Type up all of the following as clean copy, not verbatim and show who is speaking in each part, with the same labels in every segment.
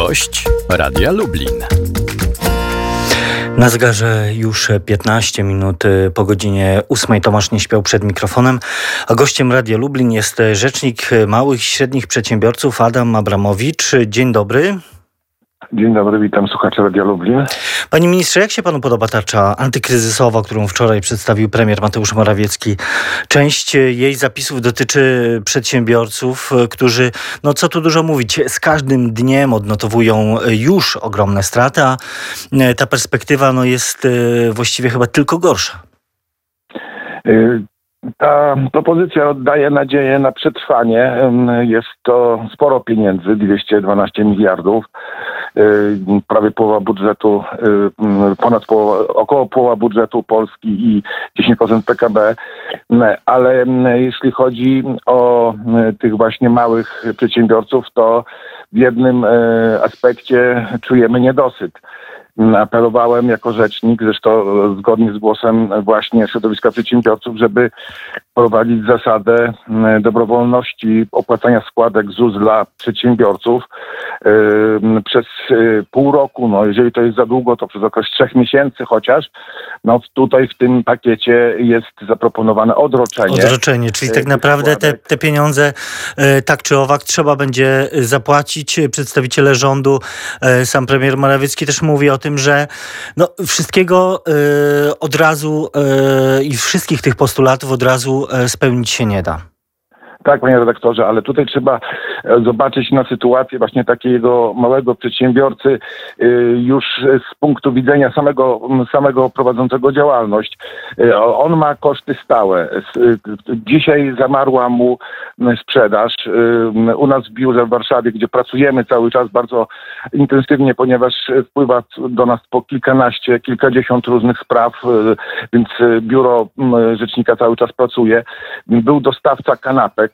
Speaker 1: Gość Radia Lublin.
Speaker 2: Na zegarze już 15 minut po godzinie 8. Tomasz nie śpiał przed mikrofonem, a gościem Radia Lublin jest rzecznik małych i średnich przedsiębiorców Adam Abramowicz. Dzień dobry.
Speaker 3: Dzień dobry, witam słuchaczy Radia Lublin.
Speaker 2: Panie ministrze, jak się panu podoba tarcza antykryzysowa, którą wczoraj przedstawił premier Mateusz Morawiecki? Część jej zapisów dotyczy przedsiębiorców, którzy, no co tu dużo mówić, z każdym dniem odnotowują już ogromne straty, a ta perspektywa jest właściwie chyba tylko gorsza.
Speaker 3: Ta propozycja daje nadzieję na przetrwanie. Jest to sporo pieniędzy, 212 miliardów. Prawie połowa budżetu, około połowa budżetu Polski i 10% PKB, ale jeśli chodzi o tych właśnie małych przedsiębiorców, to w jednym aspekcie czujemy niedosyt. Apelowałem jako rzecznik, zresztą zgodnie z głosem właśnie środowiska przedsiębiorców, żeby wprowadzić zasadę dobrowolności opłacania składek ZUS dla przedsiębiorców przez pół roku. No, jeżeli to jest za długo, to przez okres 3 miesięcy chociaż. No tutaj w tym pakiecie jest zaproponowane odroczenie.
Speaker 2: Odroczenie, czyli tak naprawdę te pieniądze tak czy owak trzeba będzie zapłacić. Przedstawiciele rządu, sam premier Morawiecki też mówi o tym, że wszystkiego od razu i wszystkich tych postulatów od razu spełnić się nie da.
Speaker 3: Tak, panie redaktorze, ale tutaj trzeba zobaczyć na sytuację właśnie takiego małego przedsiębiorcy już z punktu widzenia samego prowadzącego działalność. On ma koszty stałe. Dzisiaj zamarła mu sprzedaż. U nas w biurze w Warszawie, gdzie pracujemy cały czas bardzo intensywnie, ponieważ wpływa do nas po kilkadziesiąt różnych spraw, więc biuro rzecznika cały czas pracuje. Był dostawca kanapek,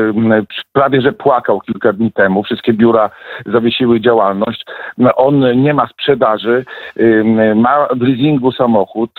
Speaker 3: prawie że płakał kilka dni temu. Wszystkie biura zawiesiły działalność. On nie ma sprzedaży, ma w leasingu samochód,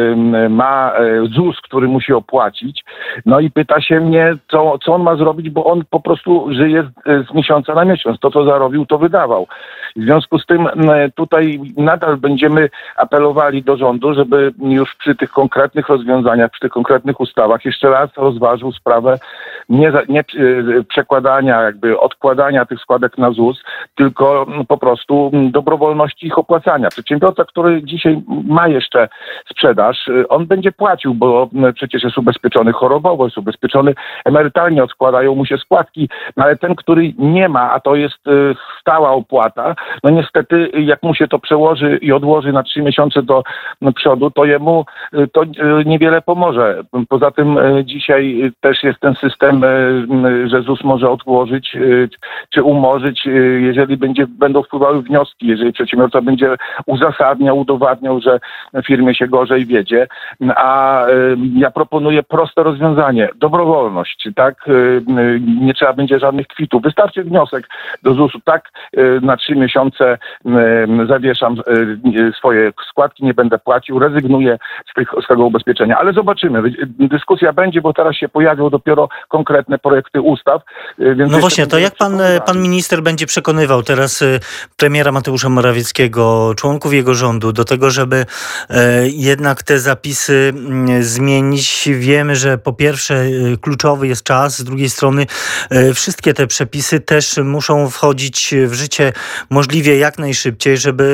Speaker 3: ma ZUS, który musi opłacić. No i pyta się mnie, co on ma zrobić, bo on po prostu żyje z miesiąca na miesiąc. To, co zarobił, to wydawał. W związku z tym tutaj nadal będziemy apelowali do rządu, żeby już przy tych konkretnych rozwiązaniach, przy tych konkretnych ustawach jeszcze raz rozważył sprawę nie przekładania, odkładania tych składek na ZUS, tylko po prostu dobrowolności ich opłacania. Przedsiębiorca, który dzisiaj ma jeszcze sprzedaż, on będzie płacił, bo przecież jest ubezpieczony chorobowo, jest ubezpieczony emerytalnie, odkładają mu się składki, ale ten, który nie ma, a to jest stała opłata, no niestety jak mu się to przełoży i odłoży na 3 miesiące do przodu, to jemu to niewiele pomoże. Poza tym dzisiaj też jest ten system, że ZUS może odłożyć czy umorzyć, jeżeli będą wpływały wnioski, jeżeli przedsiębiorca będzie udowadniał, że firmie się gorzej wiedzie. A ja proponuję proste rozwiązanie. Dobrowolność, tak? Nie trzeba będzie żadnych kwitów. Wystarczy wniosek do ZUS-u, tak? Na 3 miesiące zawieszam swoje składki, nie będę płacił, rezygnuję z tego ubezpieczenia. Ale zobaczymy. Dyskusja będzie, bo teraz się pojawią dopiero konkretne projekty ustaw. Więc
Speaker 2: właśnie, to jak pan minister będzie przekonywał teraz premiera Mateusza Morawieckiego, członków jego rządu do tego, żeby jednak te zapisy zmienić? Wiemy, że po pierwsze kluczowy jest czas, z drugiej strony wszystkie te przepisy też muszą wchodzić w życie możliwie jak najszybciej, żeby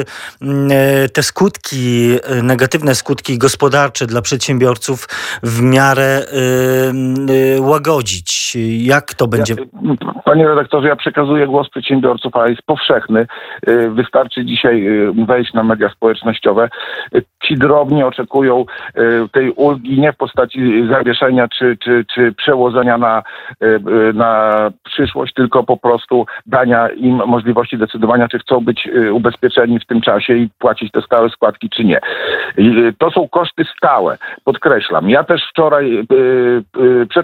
Speaker 2: te skutki, negatywne skutki gospodarcze dla przedsiębiorców w miarę łagodzić. Jak to będzie?
Speaker 3: Panie redaktorze, ja przekazuję głos przedsiębiorców, a jest powszechny. Wystarczy dzisiaj wejść na media społecznościowe. Ci drobni oczekują tej ulgi nie w postaci zawieszenia czy przełożenia na przyszłość, tylko po prostu dania im możliwości decydowania, czy chcą być ubezpieczeni w tym czasie i płacić te stałe składki, czy nie. To są koszty stałe, podkreślam. Ja też przedwczoraj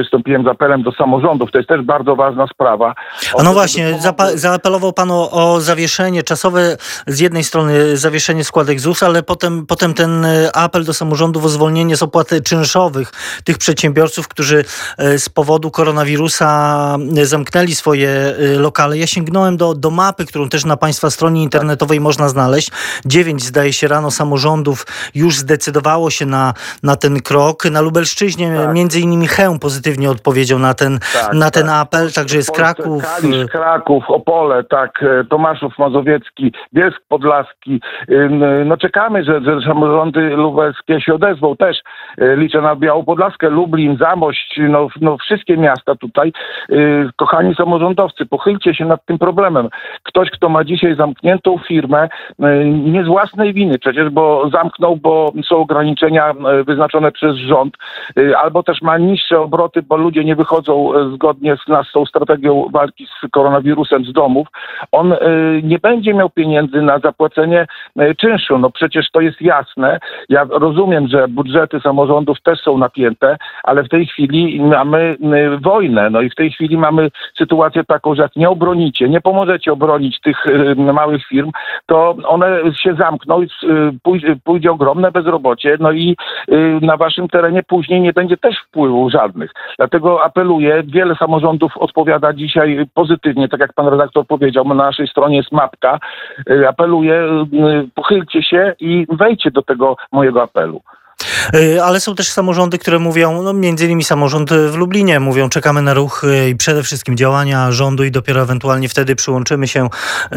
Speaker 3: wystąpiłem z apelem do samorządów. To jest też bardzo ważna sprawa.
Speaker 2: A no właśnie, zaapelował pan o zawieszenie czasowe, z jednej strony zawieszenie składek ZUS, ale potem ten apel do samorządów o zwolnienie z opłat czynszowych tych przedsiębiorców, którzy z powodu koronawirusa zamknęli swoje lokale. Ja sięgnąłem do mapy, którą też na państwa stronie internetowej można znaleźć. 9, zdaje się, rano samorządów już zdecydowało się na ten krok. Na Lubelszczyźnie między innymi Chełm pozytywnie odpowiedział na ten apel, także jest Kraków.
Speaker 3: Kalisz, Kraków, Opole, Tomaszów Mazowiecki, Bielsk Podlaski. No czekamy, że samorządy lubelskie się odezwą też. Liczę na Białopodlaskę, Lublin, Zamość, no wszystkie miasta tutaj. Kochani samorządowcy, pochylcie się nad tym problemem. Ktoś, kto ma dzisiaj zamkniętą firmę, nie z własnej winy przecież, bo zamknął, bo są ograniczenia wyznaczone przez rząd, albo też ma niższe obroty, bo ludzie nie wychodzą zgodnie z tą strategią walki z koronawirusem z domów, on nie będzie miał pieniędzy na zapłacenie czynszu. No przecież to jest jasne. Ja rozumiem, że budżety samorządów też są napięte, ale w tej chwili mamy wojnę. No i w tej chwili mamy sytuację taką, że jak nie obronicie, nie pomożecie obronić tych małych firm, to one się zamkną i pójdzie ogromne bezrobocie, no i na waszym terenie później nie będzie też wpływu żadnych. Dlatego apeluję, wiele samorządów odpowiada dzisiaj pozytywnie, tak jak pan redaktor powiedział, na naszej stronie jest mapka. Apeluję, pochylcie się i wejdźcie do tego mojego apelu.
Speaker 2: Ale są też samorządy, które mówią, no między innymi samorząd w Lublinie, mówią, czekamy na ruch i przede wszystkim działania rządu i dopiero ewentualnie wtedy przyłączymy się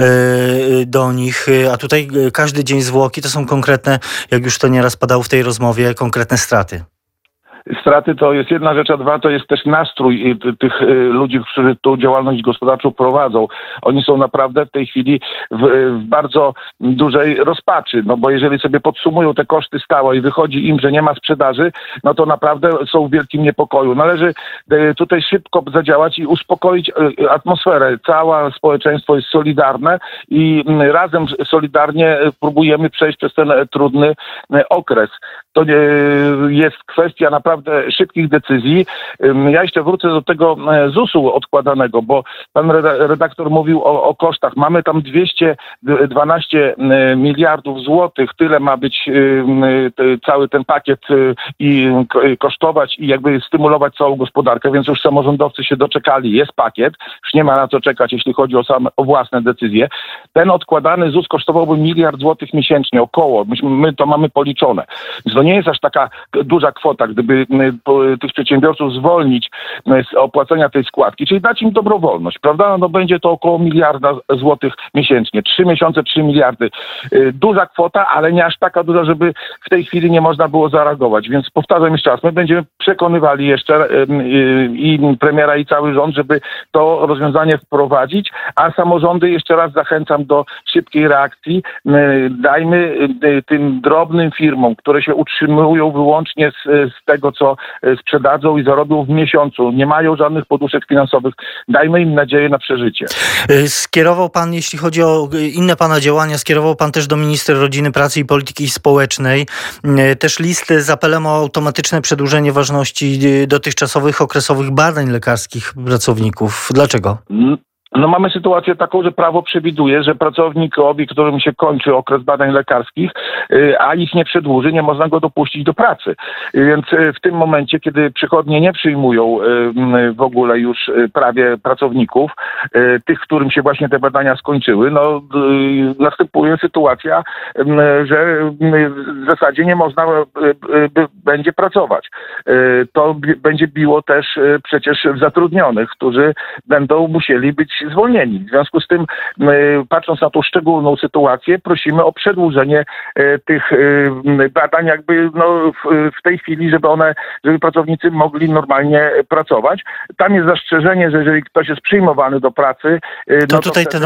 Speaker 2: do nich. A tutaj każdy dzień zwłoki to są konkretne, jak już to nieraz padało w tej rozmowie, konkretne straty.
Speaker 3: Straty to jest jedna rzecz, a dwa to jest też nastrój tych ludzi, którzy tą działalność gospodarczą prowadzą. Oni są naprawdę w tej chwili w bardzo dużej rozpaczy, no bo jeżeli sobie podsumują te koszty stałe i wychodzi im, że nie ma sprzedaży, no to naprawdę są w wielkim niepokoju. Należy tutaj szybko zadziałać i uspokoić atmosferę. Całe społeczeństwo jest solidarne i razem solidarnie próbujemy przejść przez ten trudny okres. To jest kwestia naprawdę szybkich decyzji. Ja jeszcze wrócę do tego ZUS-u odkładanego, bo pan redaktor mówił o kosztach. Mamy tam 212 miliardów złotych. Tyle ma być cały ten pakiet i kosztować i jakby stymulować całą gospodarkę, więc już samorządowcy się doczekali. Jest pakiet. Już nie ma na co czekać, jeśli chodzi o własne decyzje. Ten odkładany ZUS kosztowałby 1 miliard złotych miesięcznie, około. My to mamy policzone. Więc to nie jest aż taka duża kwota, gdyby tych przedsiębiorców zwolnić z opłacenia tej składki, czyli dać im dobrowolność, prawda? No będzie to około 1 miliarda złotych miesięcznie. 3 miesiące, 3 miliardy. Duża kwota, ale nie aż taka duża, żeby w tej chwili nie można było zareagować. Więc powtarzam jeszcze raz, my będziemy przekonywali jeszcze i premiera, i cały rząd, żeby to rozwiązanie wprowadzić, a samorządy jeszcze raz zachęcam do szybkiej reakcji. Dajmy tym drobnym firmom, które się utrzymują wyłącznie z tego, co sprzedadzą i zarobią w miesiącu. Nie mają żadnych poduszek finansowych. Dajmy im nadzieję na przeżycie.
Speaker 2: Skierował pan, jeśli chodzi o inne pana działania, skierował pan też do minister rodziny, pracy i polityki społecznej też listy z apelem o automatyczne przedłużenie ważności dotychczasowych okresowych badań lekarskich pracowników. Dlaczego?
Speaker 3: No mamy sytuację taką, że prawo przewiduje, że pracownikowi, którym się kończy okres badań lekarskich, a ich nie przedłuży, nie można go dopuścić do pracy. Więc w tym momencie, kiedy przychodnie nie przyjmują w ogóle już prawie pracowników, tych, którym się właśnie te badania skończyły, no następuje sytuacja, że w zasadzie nie można będzie pracować. To będzie biło też przecież zatrudnionych, którzy będą musieli być zwolnieni. W związku z tym, patrząc na tą szczególną sytuację, prosimy o przedłużenie tych badań jakby w tej chwili, żeby pracownicy mogli normalnie pracować. Tam jest zastrzeżenie, że jeżeli ktoś jest przyjmowany do pracy,
Speaker 2: to tutaj ten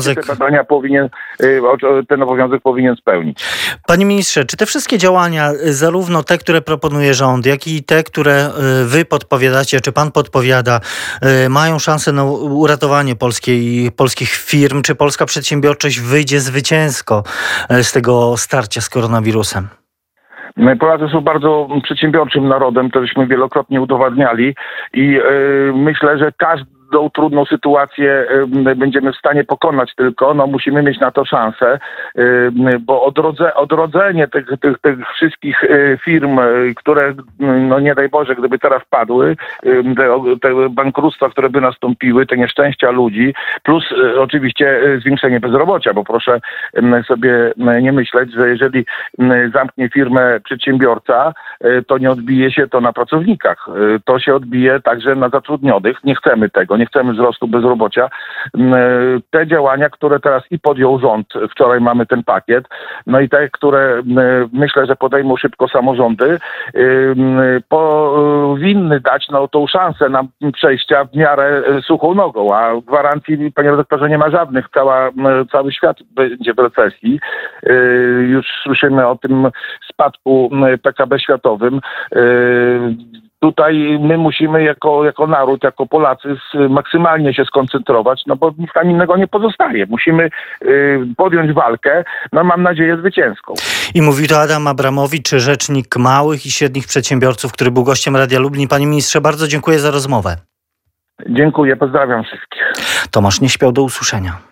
Speaker 3: obowiązek powinien spełnić.
Speaker 2: Panie ministrze, czy te wszystkie działania, zarówno te, które proponuje rząd, jak i te, które wy podpowiadacie, czy pan podpowiada, mają szansę na uratowanie polskich firm? Czy polska przedsiębiorczość wyjdzie zwycięsko z tego starcia z koronawirusem?
Speaker 3: Polacy są bardzo przedsiębiorczym narodem, to żeśmy wielokrotnie udowadniali i myślę, że każdą trudną sytuację będziemy w stanie pokonać, tylko musimy mieć na to szansę, bo odrodzenie tych wszystkich firm, które nie daj Boże, gdyby teraz padły, te bankructwa, które by nastąpiły, te nieszczęścia ludzi, plus oczywiście zwiększenie bezrobocia, bo proszę sobie nie myśleć, że jeżeli zamknie firmę przedsiębiorca, to nie odbije się to na pracownikach. To się odbije także na zatrudnionych. Nie chcemy tego, nie chcemy wzrostu bezrobocia. Te działania, które teraz i podjął rząd, wczoraj mamy ten pakiet, i te, które myślę, że podejmą szybko samorządy, powinny dać tą szansę na przejścia w miarę suchą nogą, a gwarancji, panie redaktorze, nie ma żadnych. Cały świat będzie w recesji. Już słyszymy o tym spadku PKB światowym. Tutaj my musimy jako naród, jako Polacy maksymalnie się skoncentrować, bo nic nam innego nie pozostaje. Musimy podjąć walkę, mam nadzieję, zwycięską.
Speaker 2: I mówi to Adam Abramowicz, rzecznik małych i średnich przedsiębiorców, który był gościem Radia Lublin. Panie ministrze, bardzo dziękuję za rozmowę.
Speaker 3: Dziękuję, pozdrawiam wszystkich.
Speaker 2: Tomasz Nieśpiał, do usłyszenia.